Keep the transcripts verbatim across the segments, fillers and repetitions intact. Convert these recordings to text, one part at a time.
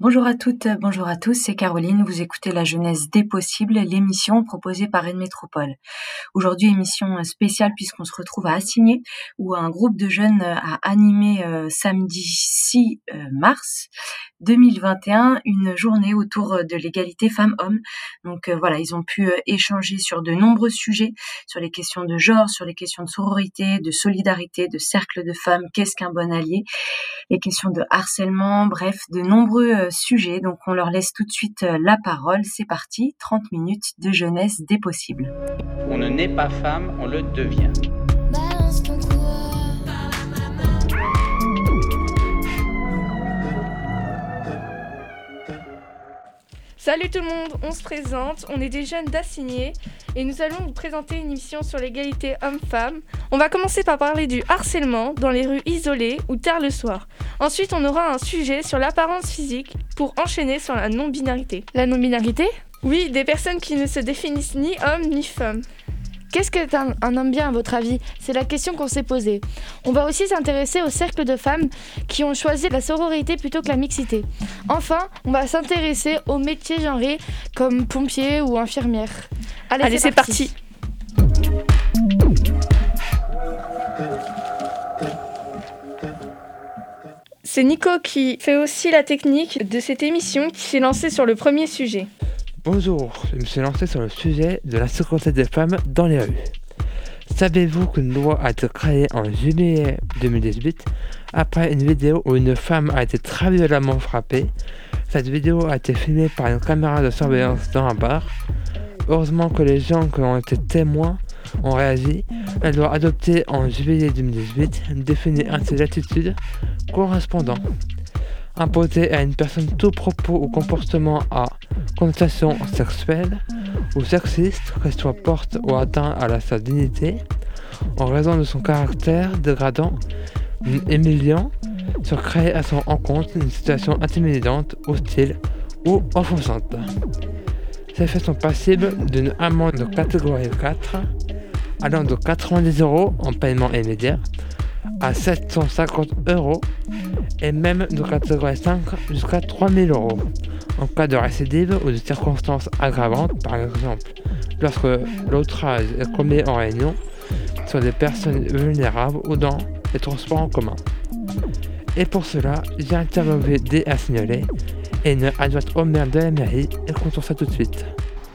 Bonjour à toutes, bonjour à tous, c'est Caroline, vous écoutez La Jeunesse des Possibles, l'émission proposée par Rennes Métropole. Aujourd'hui, émission spéciale puisqu'on se retrouve à Assigné, où un groupe de jeunes a animé euh, samedi six mars deux mille vingt et un une journée autour de l'égalité femmes-hommes. Donc euh, voilà, ils ont pu euh, échanger sur de nombreux sujets, sur les questions de genre, sur les questions de sororité, de solidarité, de cercle de femmes, qu'est-ce qu'un bon allié, les questions de harcèlement, bref, de nombreux euh, sujets. Donc on leur laisse tout de suite euh, la parole. C'est parti, trente minutes de jeunesse des possibles. On ne naît pas femme, on le devient. Balance ton quoi. Salut tout le monde, on se présente, on est des jeunes d'Assigné et nous allons vous présenter une émission sur l'égalité homme-femme. On va commencer par parler du harcèlement dans les rues isolées ou tard le soir. Ensuite, on aura un sujet sur l'apparence physique pour enchaîner sur la non-binarité. La non-binarité ? Oui, des personnes qui ne se définissent ni homme ni femme. Qu'est-ce qu'est un, un homme bien à votre avis ? C'est la question qu'on s'est posée. On va aussi s'intéresser au cercle de femmes qui ont choisi la sororité plutôt que la mixité. Enfin, on va s'intéresser aux métiers genrés comme pompier ou infirmière. Allez, Allez, c'est, c'est parti. parti. C'est Nico qui fait aussi la technique de cette émission qui s'est lancée sur le premier sujet. Bonjour, je me suis lancé sur le sujet de la sécurité des femmes dans les rues. Savez-vous qu'une loi a été créée en juillet deux mille dix-huit après une vidéo où une femme a été très violemment frappée? Cette vidéo a été filmée par une caméra de surveillance dans un bar. Heureusement que les gens qui ont été témoins ont réagi. La loi adoptée en juillet deux mille dix-huit définit ainsi l'attitude correspondant. Imposer à une personne tout propos ou comportement à connotation sexuelle ou sexiste, qu'elle soit porte ou atteint à la, sa dignité, en raison de son caractère dégradant, humiliant, sur créer à son encontre une situation intimidante, hostile ou offensante. Ces faits sont passibles d'une amende de catégorie quatre, allant de quatre-vingt-dix euros en paiement immédiat à sept cent cinquante euros et même de catégorie cinq jusqu'à trois mille euros en cas de récidive ou de circonstances aggravantes, par exemple lorsque l'outrage est commis en réunion sur des personnes vulnérables ou dans les transports en commun. Et pour cela, j'ai interviewé des assignalés et une adjointe au maire de la mairie. Écoutons ça tout de suite.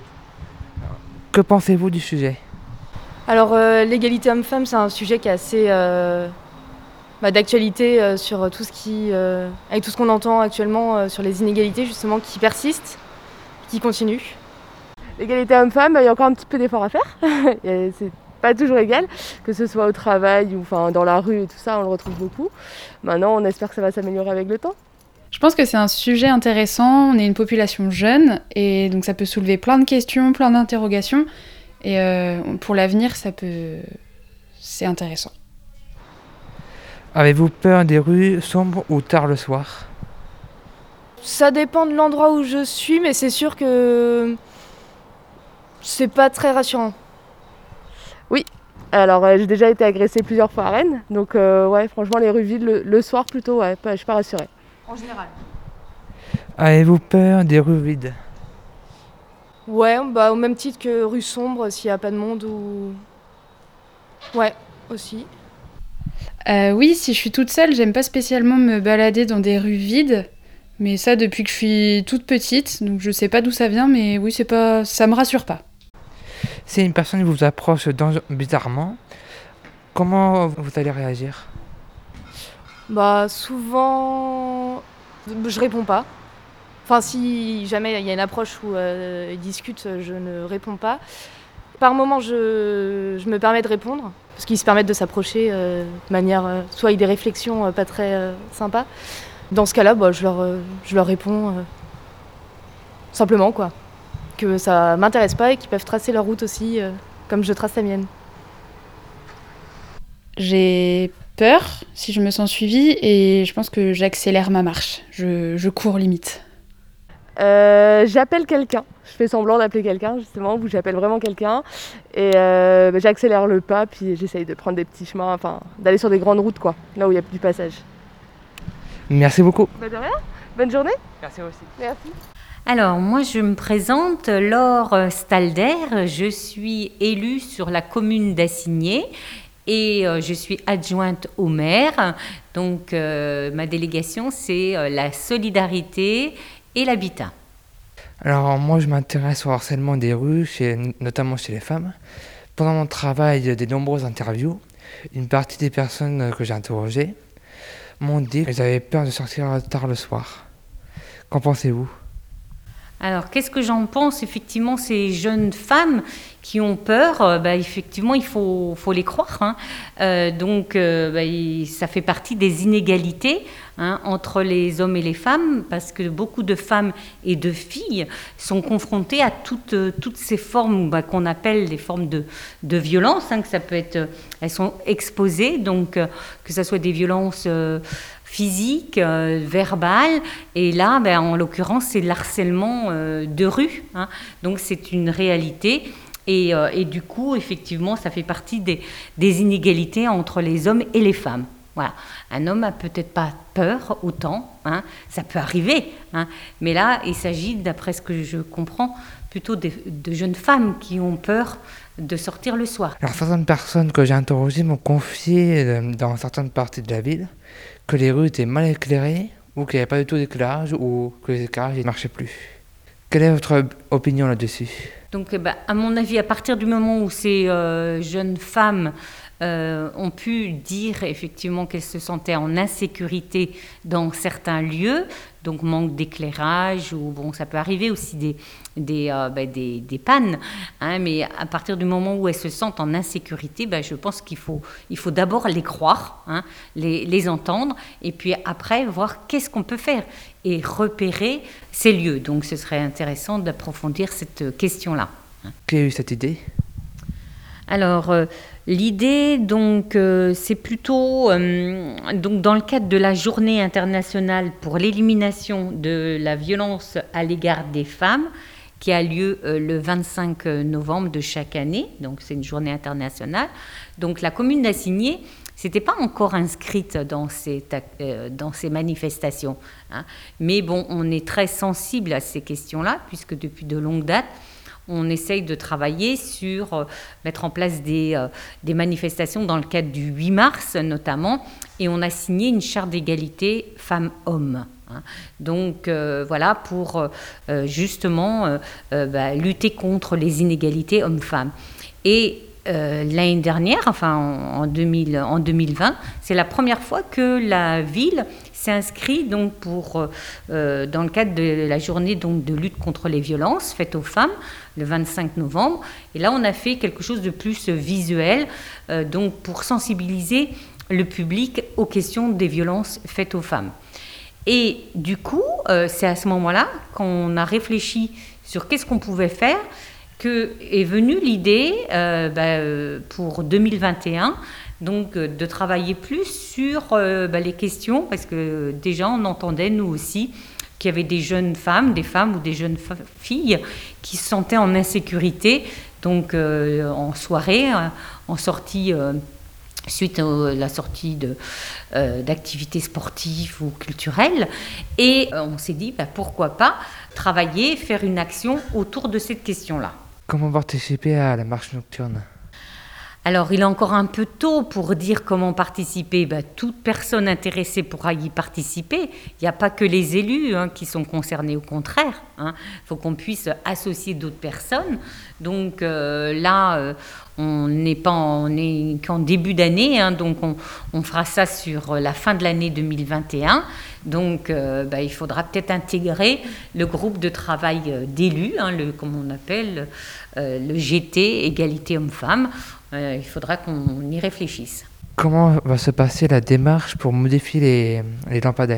Que pensez-vous du sujet ? Alors euh, l'égalité homme-femme, c'est un sujet qui est assez euh, bah, d'actualité euh, sur tout ce qui, euh, avec tout ce qu'on entend actuellement euh, sur les inégalités justement qui persistent, qui continuent. L'égalité homme-femme, il y a encore un petit peu d'effort à faire. C'est pas toujours égal, que ce soit au travail ou enfin, dans la rue et tout ça, on le retrouve beaucoup. Maintenant, on espère que ça va s'améliorer avec le temps. Je pense que c'est un sujet intéressant, on est une population jeune et donc ça peut soulever plein de questions, plein d'interrogations. Et euh, pour l'avenir, ça peut... c'est intéressant. Avez-vous peur des rues sombres ou tard le soir ? Ça dépend de l'endroit où je suis, mais c'est sûr que c'est pas très rassurant. Oui, alors euh, j'ai déjà été agressée plusieurs fois à Rennes, donc euh, ouais, franchement les rues vides le, le soir plutôt, ouais, pas, je suis pas rassurée. En général. Avez-vous peur des rues vides ? Ouais, bah au même titre que rue sombre, s'il n'y a pas de monde ou... Ouais, aussi. Euh, oui, si je suis toute seule, j'aime pas spécialement me balader dans des rues vides. Mais ça, depuis que je suis toute petite, donc je sais pas d'où ça vient, mais oui, c'est pas... ça me rassure pas. Si une personne vous approche dange- bizarrement, comment vous allez réagir ? Bah souvent, je réponds pas. Enfin, si jamais il y a une approche où euh, ils discutent, je ne réponds pas. Par moment, je, je me permets de répondre, parce qu'ils se permettent de s'approcher euh, de manière, euh, soit avec des réflexions euh, pas très euh, sympas. Dans ce cas-là, bah, je, leur, euh, je leur réponds euh, simplement, quoi. Que ça m'intéresse pas et qu'ils peuvent tracer leur route aussi, euh, comme je trace la mienne. J'ai peur si je me sens suivie et je pense que j'accélère ma marche. Je, je cours limite. Euh, j'appelle quelqu'un, je fais semblant d'appeler quelqu'un justement, où j'appelle vraiment quelqu'un et euh, bah, j'accélère le pas puis j'essaye de prendre des petits chemins, enfin d'aller sur des grandes routes quoi, là où il y a plus du passage. Merci beaucoup. Bah de rien, Bonne journée. Merci aussi. Merci. Alors, moi, je me présente, Laure Stalder. Je suis élue sur la commune d'Assigné et euh, je suis adjointe au maire. Donc, euh, ma délégation, c'est euh, la solidarité et l'habitat. Alors, moi, je m'intéresse au harcèlement des rues, chez, notamment chez les femmes. Pendant mon travail des nombreuses interviews, une partie des personnes que j'ai interrogées m'ont dit qu'elles avaient peur de sortir tard le soir. Qu'en pensez-vous ? Alors, qu'est-ce que j'en pense ? Effectivement, ces jeunes femmes qui ont peur, euh, bah, effectivement, il faut, faut les croire. Hein. Euh, donc, euh, bah, il, ça fait partie des inégalités hein, entre les hommes et les femmes, parce que beaucoup de femmes et de filles sont confrontées à toutes, toutes ces formes bah, qu'on appelle des formes de, de violence, hein, que ça peut être, elles sont exposées, donc euh, que ce soit des violences euh, physiques, euh, verbales, et là, ben, en l'occurrence, c'est le harcèlement euh, de rue. Hein. Donc, c'est une réalité. Et, euh, et du coup, effectivement, ça fait partie des, des inégalités entre les hommes et les femmes. Voilà. Un homme n'a peut-être pas peur autant, hein. Ça peut arriver. Hein. Mais là, il s'agit, d'après ce que je comprends, plutôt de, de jeunes femmes qui ont peur de sortir le soir. Alors, certaines personnes que j'ai interrogées m'ont confié, euh, dans certaines parties de la ville, que les rues étaient mal éclairées, ou qu'il n'y avait pas du tout d'éclairage, ou que les éclairages ne marchaient plus. Quelle est votre opinion là-dessus ? Donc, bah, à mon avis, à partir du moment où ces euh, jeunes femmes euh, ont pu dire effectivement qu'elles se sentaient en insécurité dans certains lieux, donc manque d'éclairage, ou bon, ça peut arriver aussi des, des, euh, bah, des, des pannes, hein, mais à partir du moment où elles se sentent en insécurité, bah, je pense qu'il faut, il faut d'abord les croire, hein, les, les entendre, et puis après voir qu'est-ce qu'on peut faire et repérer ces lieux. Donc ce serait intéressant d'approfondir cette question-là. Qui a eu cette idée ? Alors, euh, l'idée, donc, euh, c'est plutôt euh, donc, dans le cadre de la Journée internationale pour l'élimination de la violence à l'égard des femmes, qui a lieu euh, le vingt-cinq novembre de chaque année. Donc, c'est une journée internationale. Donc, la commune d'Assigné n'était pas encore inscrite dans ces, euh, dans ces manifestations. Hein. Mais bon, on est très sensible à ces questions-là, puisque depuis de longues dates, on essaye de travailler sur euh, mettre en place des, euh, des manifestations dans le cadre du huit mars notamment, et on a signé une charte d'égalité femmes-hommes. Hein. Donc euh, voilà, pour euh, justement euh, euh, bah, lutter contre les inégalités hommes-femmes. Et euh, l'année dernière, enfin en, en, deux mille, en deux mille vingt, c'est la première fois que la ville s'est inscrite donc pour, euh, dans le cadre de la journée donc, de lutte contre les violences faites aux femmes, le vingt-cinq novembre. Et là, on a fait quelque chose de plus visuel, euh, donc pour sensibiliser le public aux questions des violences faites aux femmes. Et du coup, euh, c'est à ce moment-là qu'on a réfléchi sur qu'est-ce qu'on pouvait faire, que est venue l'idée euh, bah, pour deux mille vingt et un, donc euh, de travailler plus sur euh, bah, les questions, parce que déjà on entendait nous aussi qu'il y avait des jeunes femmes, des femmes ou des jeunes fa- filles qui se sentaient en insécurité, donc euh, en soirée, euh, en sortie, euh, suite à la sortie de, euh, d'activités sportives ou culturelles. Et euh, on s'est dit, bah, pourquoi pas travailler, faire une action autour de cette question-là. Comment participer à la marche nocturne ? Alors, il est encore un peu tôt pour dire comment participer. Ben, toute personne intéressée pourra y participer. Il n'y a pas que les élus hein, qui sont concernés, au contraire. Il hein. faut qu'on puisse associer d'autres personnes. Donc euh, là, euh, on n'est pas en, on est qu'en début d'année, hein, donc on, on fera ça sur la fin de l'année deux mille vingt et un. Donc, euh, ben, il faudra peut-être intégrer le groupe de travail d'élus, hein, le, comme on appelle euh, le G T, Égalité Hommes-Femmes. Euh, il faudra qu'on y réfléchisse. Comment va se passer la démarche pour modifier les, les lampadaires ?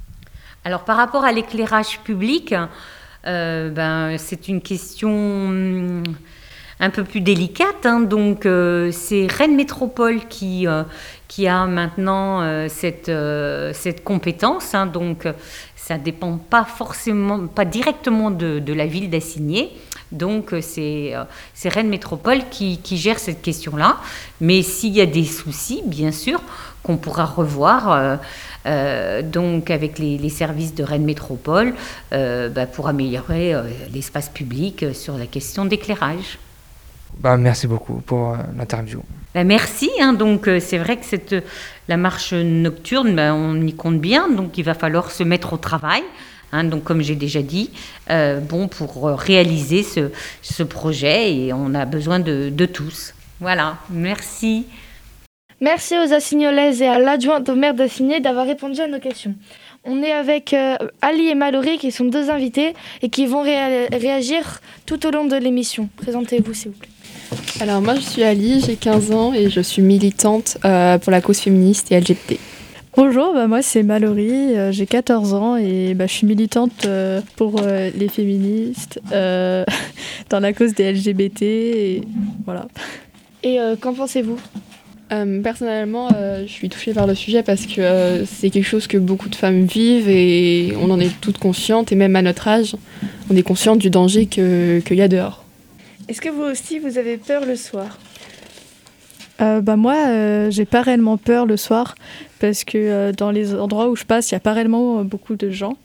Alors, par rapport à l'éclairage public, euh, ben, c'est une question un peu plus délicate. Hein, donc, euh, c'est Rennes Métropole qui, euh, qui a maintenant euh, cette, euh, cette compétence. Hein, donc, ça ne dépend pas forcément, pas directement de, de la ville d'Assigné. Donc, c'est, c'est Rennes Métropole qui, qui gère cette question-là. Mais s'il y a des soucis, bien sûr, qu'on pourra revoir euh, euh, donc avec les, les services de Rennes Métropole euh, bah, pour améliorer euh, l'espace public sur la question d'éclairage. Bah, merci beaucoup pour euh, l'interview. Ben merci, hein, donc euh, c'est vrai que cette, la marche nocturne, ben, on y compte bien, donc il va falloir se mettre au travail, hein, donc comme j'ai déjà dit, euh, bon, pour réaliser ce, ce projet, et on a besoin de, de tous. Voilà, merci. Merci aux Assignolaises et à l'adjointe au maire d'Assigné d'avoir répondu à nos questions. On est avec euh, Ali et Mallory qui sont deux invités et qui vont réa- réagir tout au long de l'émission. Présentez-vous s'il vous plaît. Alors moi je suis Ali, j'ai quinze ans et je suis militante euh, pour la cause féministe et L G B T. Bonjour, bah moi c'est Mallory, euh, j'ai quatorze ans et bah, je suis militante euh, pour euh, les féministes euh, dans la cause des L G B T et voilà. Et euh, qu'en pensez-vous ? Euh, personnellement, euh, je suis touchée par le sujet parce que euh, c'est quelque chose que beaucoup de femmes vivent et on en est toutes conscientes, et même à notre âge, on est consciente du danger que, qu'il y a dehors. Est-ce que vous aussi, vous avez peur le soir ? euh, bah moi, euh, j'ai pas réellement peur le soir parce que euh, dans les endroits où je passe, il y a pas réellement euh, beaucoup de gens.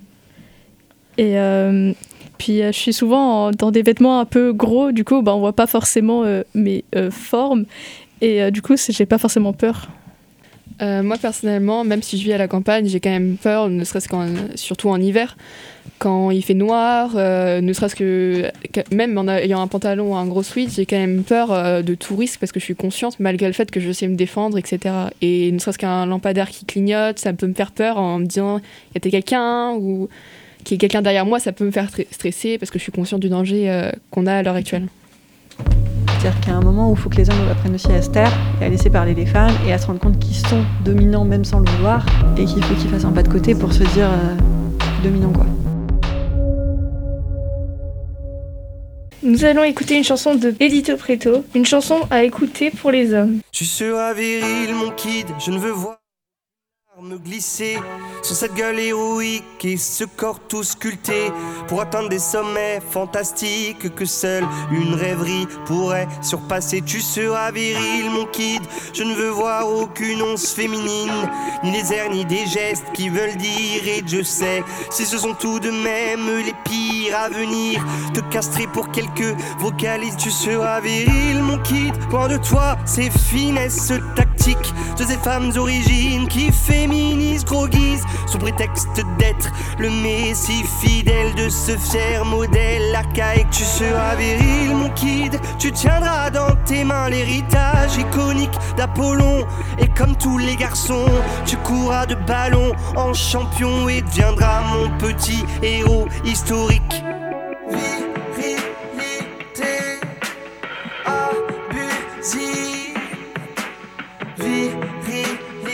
Et euh, puis euh, je suis souvent en, dans des vêtements un peu gros, du coup, bah, on voit pas forcément euh, mes euh, formes. Et euh, du coup, c'est, j'ai pas forcément peur. Euh, moi personnellement, même si je vis à la campagne, j'ai quand même peur, ne serait-ce qu'en, surtout en hiver, quand il fait noir, euh, ne serait-ce que, que même en ayant un pantalon ou un gros sweat, j'ai quand même peur euh, de tout risque parce que je suis consciente, malgré le fait que je sais me défendre, et cetera. Et ne serait-ce qu'un lampadaire qui clignote, ça peut me faire peur en me disant il y a quelqu'un ou qu'il y ait quelqu'un derrière moi, ça peut me faire stresser parce que je suis consciente du danger euh, qu'on a à l'heure actuelle. C'est-à-dire qu'il y a un moment où il faut que les hommes apprennent aussi à se taire et à laisser parler les femmes et à se rendre compte qu'ils sont dominants même sans le vouloir et qu'il faut qu'ils fassent un pas de côté pour se dire euh, dominant quoi. Nous allons écouter une chanson de Edito Preto, une chanson à écouter pour les hommes. Tu seras viril mon kid, je ne veux voir me glisser sur cette gueule héroïque et ce corps tout sculpté pour atteindre des sommets fantastiques que seule une rêverie pourrait surpasser. Tu seras viril mon kid, je ne veux voir aucune once féminine, ni les airs ni des gestes qui veulent dire et je sais si ce sont tout de même les pires à venir, te castrer pour quelques vocalises. Tu seras viril mon kid, loin de toi ces finesses tactiques de ces femmes origines qui féminisent gros guise sous prétexte d'être le messie fidèle de ce fier modèle archaïque. Tu seras viril mon kid, tu tiendras dans tes mains l'héritage iconique d'Apollon et comme tous les garçons tu courras de ballon en champion et deviendras mon petit héros historique. Virilité abusive, virilité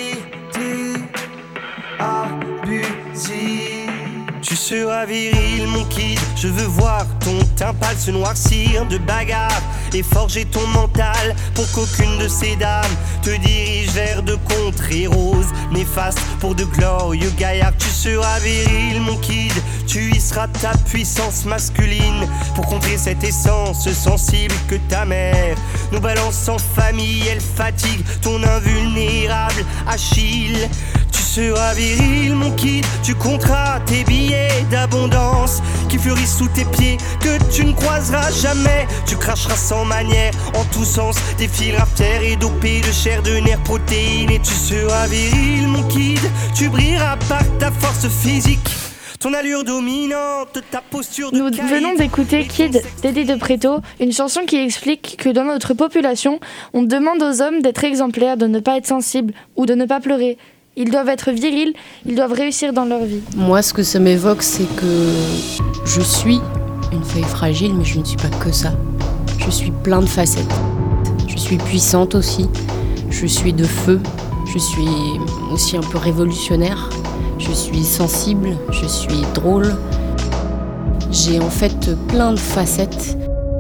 abusive. Tu seras viril mon kid, je veux voir ton teint pâle se noircir de bagarre et forger ton mental pour qu'aucune de ces dames te dirige vers de contrées roses néfastes pour de glorieux gaillards. Tu seras viril mon kid, tu y seras ta puissance masculine pour contrer cette essence sensible que ta mère nous balance en famille. Elle fatigue ton invulnérable Achille. Tu seras viril mon kid, tu compteras tes billets d'abondance qui fleurissent sous tes pieds que tu ne croiseras jamais. Tu cracheras sans manière en tous sens des fils raftères et dopés de chair, de nerfs, protéines. Et tu seras viril mon kid, tu brilleras par ta force physique, ton allure dominante, ta posture de Nous caïd. venons d'écouter Kid d'Edito Preto, une chanson qui explique que dans notre population, on demande aux hommes d'être exemplaires, de ne pas être sensibles ou de ne pas pleurer. Ils doivent être virils, ils doivent réussir dans leur vie. Moi, ce que ça m'évoque, c'est que je suis une feuille fragile, mais je ne suis pas que ça. Je suis plein de facettes. Je suis puissante aussi. Je suis de feu. Je suis aussi un peu révolutionnaire. Je suis sensible. Je suis drôle. J'ai en fait plein de facettes.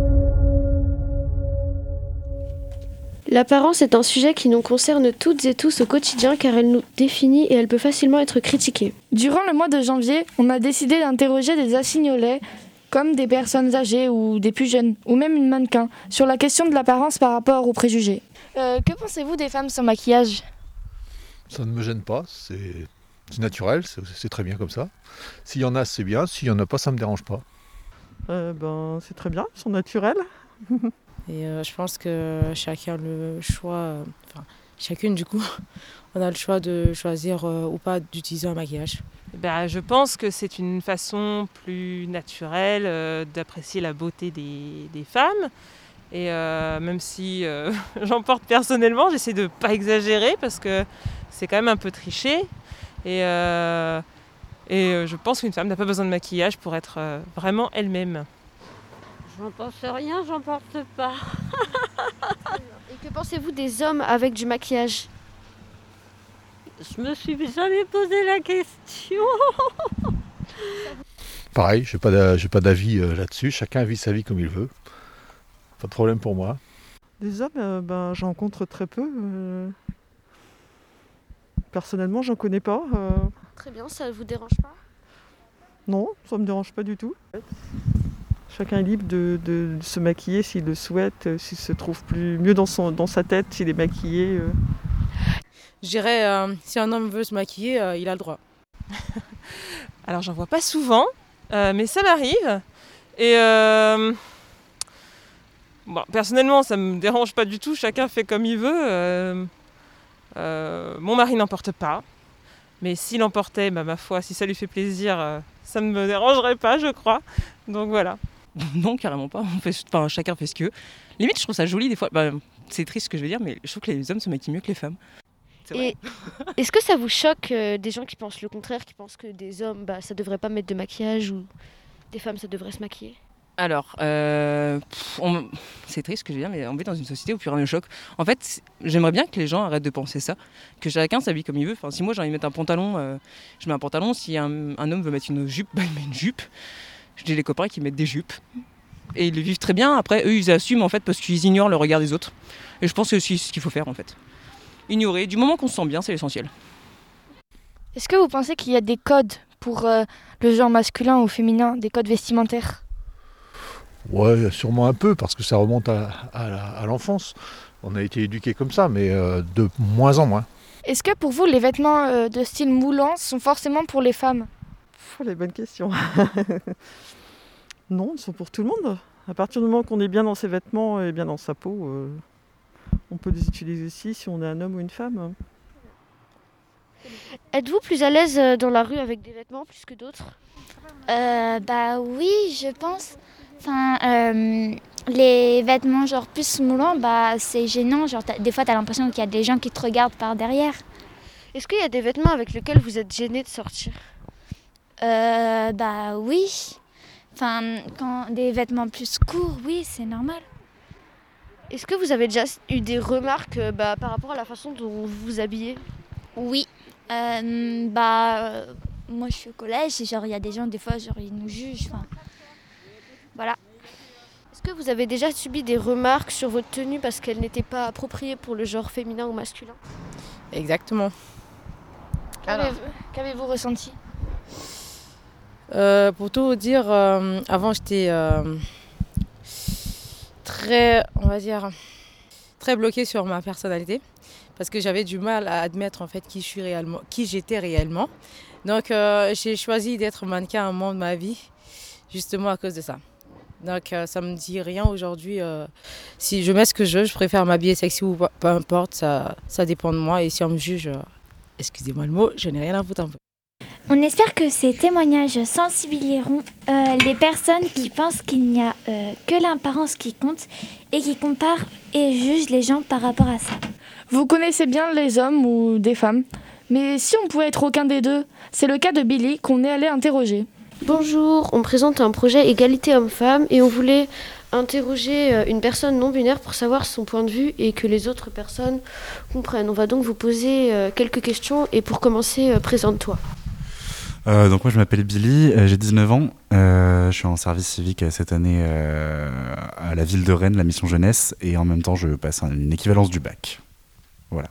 L'apparence est un sujet qui nous concerne toutes et tous au quotidien car elle nous définit et elle peut facilement être critiquée. Durant le mois de janvier, on a décidé d'interroger des assignolais, comme des personnes âgées ou des plus jeunes, ou même une mannequin, sur la question de l'apparence par rapport aux préjugés. Euh, que pensez-vous des femmes sans maquillage ? Ça ne me gêne pas, c'est, c'est naturel, c'est, c'est très bien comme ça. S'il y en a, c'est bien, s'il n'y en a pas, ça ne me dérange pas. Euh, ben, c'est très bien, ils sont naturels. Et euh, je pense que chacun a le choix, euh, enfin chacune du coup, on a le choix de choisir euh, ou pas d'utiliser un maquillage. Ben, je pense que c'est une façon plus naturelle euh, d'apprécier la beauté des, des femmes. Et euh, même si euh, j'en porte personnellement, j'essaie de ne pas exagérer parce que c'est quand même un peu triché. Et, euh, et je pense qu'une femme n'a pas besoin de maquillage pour être euh, vraiment elle-même. J'en pense rien, j'en porte pas. Et que pensez-vous des hommes avec du maquillage? Je me suis jamais posé la question. Pareil, je n'ai pas, j'ai pas d'avis euh, là-dessus, chacun vit sa vie comme il veut. Pas de problème pour moi. Des hommes, euh, ben, j'en rencontre très peu. Euh... Personnellement, j'en connais pas. Euh... Très bien, ça ne vous dérange pas? Non, ça me dérange pas du tout. Chacun est libre de, de, de se maquiller s'il le souhaite, euh, s'il se trouve plus mieux dans, son, dans sa tête, s'il est maquillé. Euh... Je dirais, euh, si un homme veut se maquiller, euh, il a le droit. Alors, j'en vois pas souvent, euh, mais ça m'arrive. Et euh, bon, personnellement, ça me dérange pas du tout. Chacun fait comme il veut. Euh, euh, mon mari n'en porte pas. Mais s'il en portait, bah, ma foi, si ça lui fait plaisir, euh, ça ne me dérangerait pas, je crois. Donc voilà. Non, carrément pas. On fait, enfin, chacun fait ce qu'il veut. Limite, je trouve ça joli des fois. Bah, c'est triste ce que je veux dire, mais je trouve que les hommes se maquillent mieux que les femmes. Et est-ce que ça vous choque euh, des gens qui pensent le contraire, qui pensent que des hommes, bah, ça devrait pas mettre de maquillage ou des femmes, ça devrait se maquiller? Alors, euh, pff, on... c'est triste ce que je veux dire, mais on vit dans une société où plus rien ne choque. En fait, j'aimerais bien que les gens arrêtent de penser ça, que chacun s'habille comme il veut. Enfin, si moi j'ai envie de mettre un pantalon, euh, je mets un pantalon. Si un, un homme veut mettre une jupe, bah, il met une jupe. J'ai des copains qui mettent des jupes. Et ils le vivent très bien. Après, eux, ils assument en fait parce qu'ils ignorent le regard des autres. Et je pense que c'est ce qu'il faut faire en fait. Ignorer. Du moment qu'on se sent bien, c'est l'essentiel. Est-ce que vous pensez qu'il y a des codes pour euh, le genre masculin ou féminin, des codes vestimentaires? Ouais, sûrement un peu, parce que ça remonte à, à, à l'enfance. On a été éduqués comme ça, mais euh, de moins en moins. Est-ce que pour vous, les vêtements euh, de style moulant sont forcément pour les femmes? Oh, les bonnes questions. Non, ils sont pour tout le monde. À partir du moment qu'on est bien dans ses vêtements et bien dans sa peau, euh, on peut les utiliser aussi si on est un homme ou une femme. Êtes-vous plus à l'aise dans la rue avec des vêtements plus que d'autres? euh, Bah oui, je pense. Enfin, euh, les vêtements genre plus moulants, bah c'est gênant. Genre des fois, t'as l'impression qu'il y a des gens qui te regardent par derrière. Est-ce qu'il y a des vêtements avec lesquels vous êtes gêné de sortir? euh, Bah oui. Enfin, quand des vêtements plus courts, oui, c'est normal. Est-ce que vous avez déjà eu des remarques bah, par rapport à la façon dont vous vous habillez? Oui. Euh, bah, euh, moi, je suis au collège et genre, il y a des gens, des fois, genre, ils nous jugent. Enfin, voilà. Est-ce que vous avez déjà subi des remarques sur votre tenue parce qu'elle n'était pas appropriée pour le genre féminin ou masculin? Exactement. Qu'avez-vous, qu'avez-vous ressenti? Euh, pour tout vous dire, euh, avant j'étais euh, très, on va dire, très bloquée sur ma personnalité parce que j'avais du mal à admettre en fait qui je suis réellement, qui j'étais réellement. Donc euh, j'ai choisi d'être mannequin à un moment de ma vie, justement à cause de ça. Donc euh, ça me dit rien aujourd'hui. Euh, si je mets ce que je veux, je préfère m'habiller sexy ou pas, peu importe, ça, ça dépend de moi. Et si on me juge, euh, excusez-moi le mot, je n'ai rien à foutre un peu. On espère que ces témoignages sensibiliseront euh, les personnes qui pensent qu'il n'y a euh, que l'apparence qui compte et qui comparent et jugent les gens par rapport à ça. Vous connaissez bien les hommes ou des femmes, mais si on pouvait être aucun des deux, c'est le cas de Billy qu'on est allé interroger. Bonjour, on présente un projet égalité homme-femme et on voulait interroger une personne non-binaire pour savoir son point de vue et que les autres personnes comprennent. On va donc vous poser quelques questions et pour commencer, présente-toi. Euh, donc moi je m'appelle Billy, euh, j'ai dix-neuf ans, euh, je suis en service civique cette année euh, à la ville de Rennes, la mission jeunesse, et en même temps je passe une équivalence du bac. Voilà.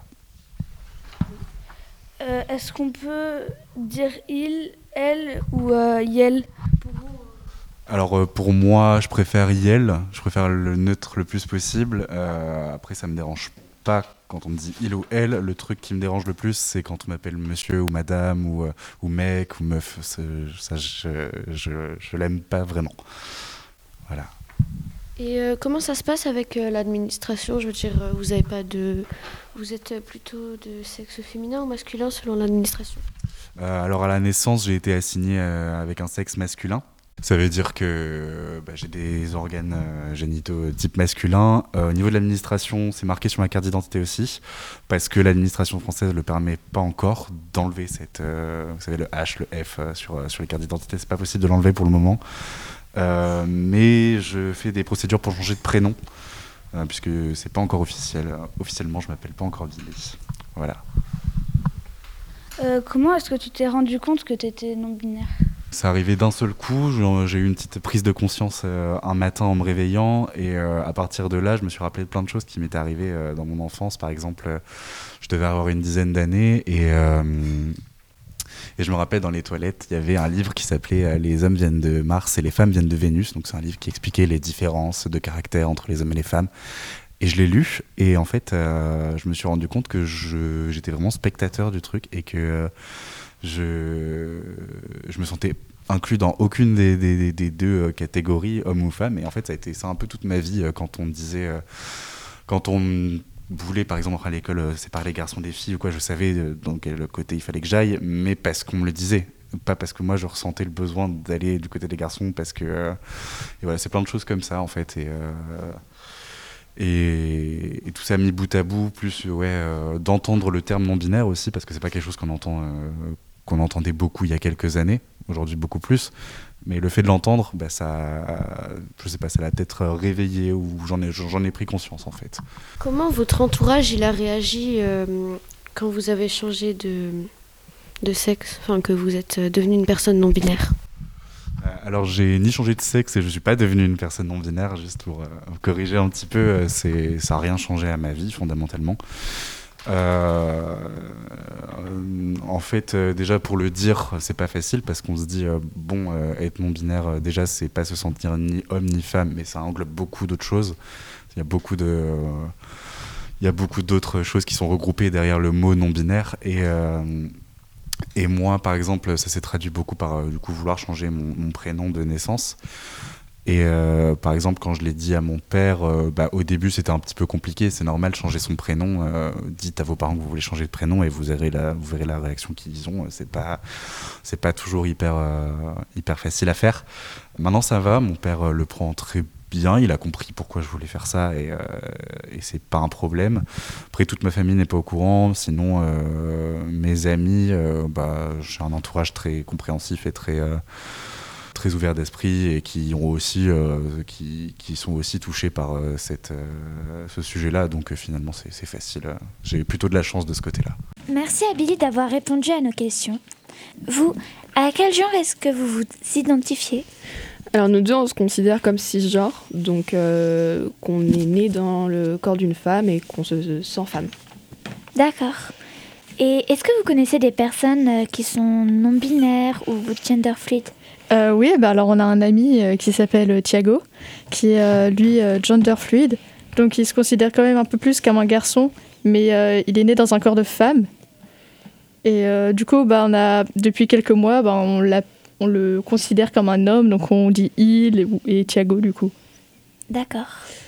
Euh, est-ce qu'on peut dire il, elle ou euh, yel? Alors euh, pour moi je préfère yel, je préfère le neutre le plus possible, euh, après ça me dérange pas quand on me dit il ou elle, le truc qui me dérange le plus, c'est quand on m'appelle monsieur ou madame ou, euh, ou mec ou meuf. C'est, ça, je, je, je l'aime pas vraiment. Voilà. Et euh, comment ça se passe avec euh, l'administration? Je veux dire, euh, vous avez pas de, vous êtes plutôt de sexe féminin ou masculin selon l'administration? euh, Alors à la naissance, j'ai été assigné euh, avec un sexe masculin. Ça veut dire que euh, bah, j'ai des organes euh, génitaux type masculin. Euh, au niveau de l'administration, c'est marqué sur ma carte d'identité aussi, parce que l'administration française ne le permet pas encore d'enlever cette, euh, vous savez, le H, le F euh, sur, euh, sur les cartes d'identité. C'est pas possible de l'enlever pour le moment. Euh, mais je fais des procédures pour changer de prénom, euh, puisque c'est pas encore officiel. Officiellement, je m'appelle pas encore Billy. Voilà. Euh, comment est-ce que tu t'es rendu compte que tu étais non-binaire? C'est arrivé d'un seul coup, j'ai eu une petite prise de conscience euh, un matin en me réveillant, et euh, à partir de là, je me suis rappelé de plein de choses qui m'étaient arrivées euh, dans mon enfance. Par exemple, euh, je devais avoir une dizaine d'années, et... Euh, Et je me rappelle, dans les toilettes, il y avait un livre qui s'appelait euh, « Les hommes viennent de Mars et les femmes viennent de Vénus ». Donc c'est un livre qui expliquait les différences de caractère entre les hommes et les femmes. Et je l'ai lu, et en fait, euh, je me suis rendu compte que je, j'étais vraiment spectateur du truc, et que euh, je, je me sentais inclus dans aucune des, des, des deux catégories, homme ou femme. Et en fait, ça a été ça un peu toute ma vie, quand on me disait... Euh, quand on voulais par exemple à l'école euh, séparer les garçons des filles ou quoi, je savais euh, dans quel côté il fallait que j'aille, mais parce qu'on me le disait, pas parce que moi je ressentais le besoin d'aller du côté des garçons, parce que euh, et voilà, c'est plein de choses comme ça en fait, et euh, et, et tout ça mis bout à bout, plus ouais euh, d'entendre le terme non binaire aussi, parce que c'est pas quelque chose qu'on entend euh, qu'on entendait beaucoup il y a quelques années, aujourd'hui beaucoup plus. Mais le fait de l'entendre, bah ça, je sais pas, ça l'a peut-être réveillé, ou j'en ai, j'en ai pris conscience en fait. Comment votre entourage il a réagi euh, quand vous avez changé de, de sexe, enfin que vous êtes devenu une personne non binaire? Alors j'ai ni changé de sexe et je suis pas devenu une personne non binaire, juste pour euh, corriger un petit peu, c'est, ça a rien changé à ma vie fondamentalement. Euh, en fait, euh, déjà pour le dire, c'est pas facile, parce qu'on se dit euh, bon, euh, être non binaire, euh, déjà c'est pas se sentir ni homme ni femme, mais ça englobe beaucoup d'autres choses. Il y a beaucoup de, euh, il y a beaucoup d'autres choses qui sont regroupées derrière le mot non binaire, et euh, et moi, par exemple, ça s'est traduit beaucoup par euh, du coup vouloir changer mon, mon prénom de naissance. Et euh, par exemple, quand je l'ai dit à mon père, euh, bah, au début c'était un petit peu compliqué, c'est normal, changer son prénom, euh, dites à vos parents que vous voulez changer de prénom et vous verrez la, vous verrez la réaction qu'ils ont, c'est pas, c'est pas toujours hyper, euh, hyper facile à faire. Maintenant ça va, mon père euh, le prend très bien, il a compris pourquoi je voulais faire ça, et, euh, et c'est pas un problème. Après, toute ma famille n'est pas au courant, sinon euh, mes amis, euh, bah, j'ai un entourage très compréhensif et très... Euh, très ouverts d'esprit, et qui ont aussi euh, qui, qui sont aussi touchés par euh, cette, euh, ce sujet-là, donc euh, finalement c'est, c'est facile. J'ai eu plutôt de la chance de ce côté-là. Merci à Billy d'avoir répondu à nos questions. Vous, à quel genre est-ce que vous vous identifiez? Alors nous deux, on se considère comme cisgenres, donc euh, qu'on est né dans le corps d'une femme et qu'on se sent femme. D'accord. Et est-ce que vous connaissez des personnes qui sont non-binaires ou gender fluid? Euh, oui, bah alors on a un ami euh, qui s'appelle Thiago, qui est euh, lui euh, gender fluid, donc il se considère quand même un peu plus comme un garçon, mais euh, il est né dans un corps de femme. Et euh, du coup, bah, on a, depuis quelques mois, bah, on, l'a, on le considère comme un homme, donc on dit il et, et Thiago du coup. D'accord.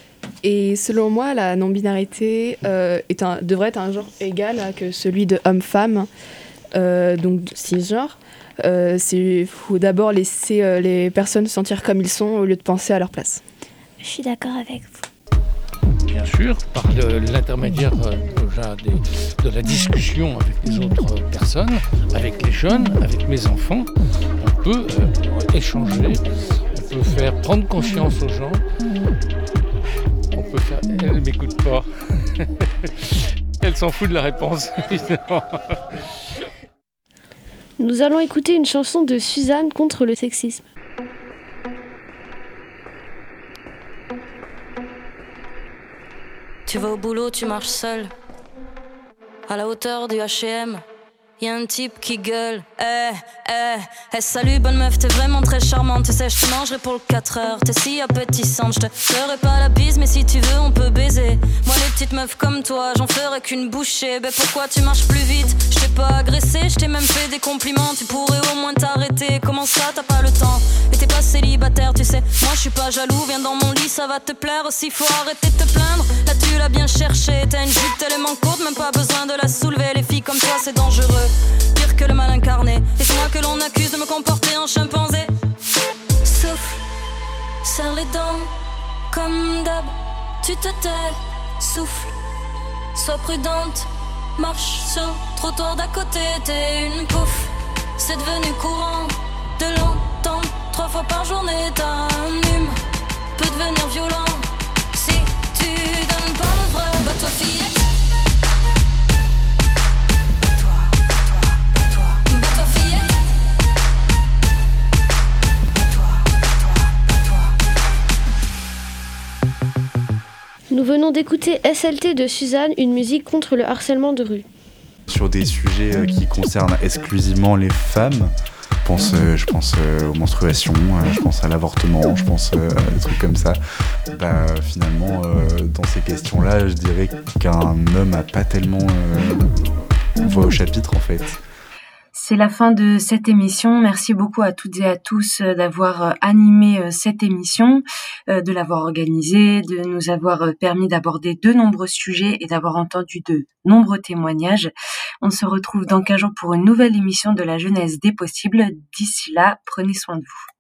Et selon moi, la non-binarité euh, est un, devrait être un genre égal à que celui de homme-femme, euh, donc cisgenre. Euh, il faut d'abord laisser euh, les personnes se sentir comme ils sont au lieu de penser à leur place. Je suis d'accord avec vous. Bien sûr, par le, l'intermédiaire euh, déjà des, de la discussion avec les autres personnes, avec les jeunes, avec mes enfants, on peut euh, échanger, on peut faire prendre conscience aux gens, on peut faire... Elle ne m'écoute pas. Elle s'en fout de la réponse, évidemment. Nous allons écouter une chanson de Suzanne contre le sexisme. Tu vas au boulot, tu marches seul, à la hauteur du H et M. Y'a un type qui gueule, eh, eh, eh, salut bonne meuf, t'es vraiment très charmante. Tu sais, je te mangerai pour le quatre heures, t'es si appétissante. Je te ferai pas la bise, mais si tu veux, on peut baiser. Moi, les petites meufs comme toi, j'en ferai qu'une bouchée. Ben pourquoi tu marches plus vite? Je t'ai pas agressé, je t'ai même fait des compliments. Tu pourrais au moins t'arrêter, comment ça t'as pas le temps? Et t'es pas célibataire, tu sais, moi je suis pas jaloux. Viens dans mon lit, ça va te plaire aussi, faut arrêter de te plaindre. Là tu l'as bien cherché, t'as une jupe tellement courte, même pas besoin de la soulever. Les filles comme toi, c'est dangereux. Pire que le mal incarné. Et c'est moi que l'on accuse de me comporter en chimpanzé. Souffle, serre les dents, comme d'hab, tu te tais. Souffle, sois prudente, marche sur le trottoir d'à côté. T'es une pouffe, c'est devenu courant de l'entendre trois fois par journée. T'as un hume, peut devenir violent si tu donnes pas le vrai. Bats-toi fillette. Nous venons d'écouter S L T de Suzanne, une musique contre le harcèlement de rue. Sur des sujets euh, qui concernent exclusivement les femmes, je pense, euh, je pense euh, aux menstruations, euh, je pense à l'avortement, je pense euh, à des trucs comme ça. Bah, finalement, euh, dans ces questions-là, je dirais qu'un homme n'a pas tellement euh, voix au chapitre en fait. C'est la fin de cette émission. Merci beaucoup à toutes et à tous d'avoir animé cette émission, de l'avoir organisée, de nous avoir permis d'aborder de nombreux sujets et d'avoir entendu de nombreux témoignages. On se retrouve dans quinze jours pour une nouvelle émission de la jeunesse des possibles. D'ici là, prenez soin de vous.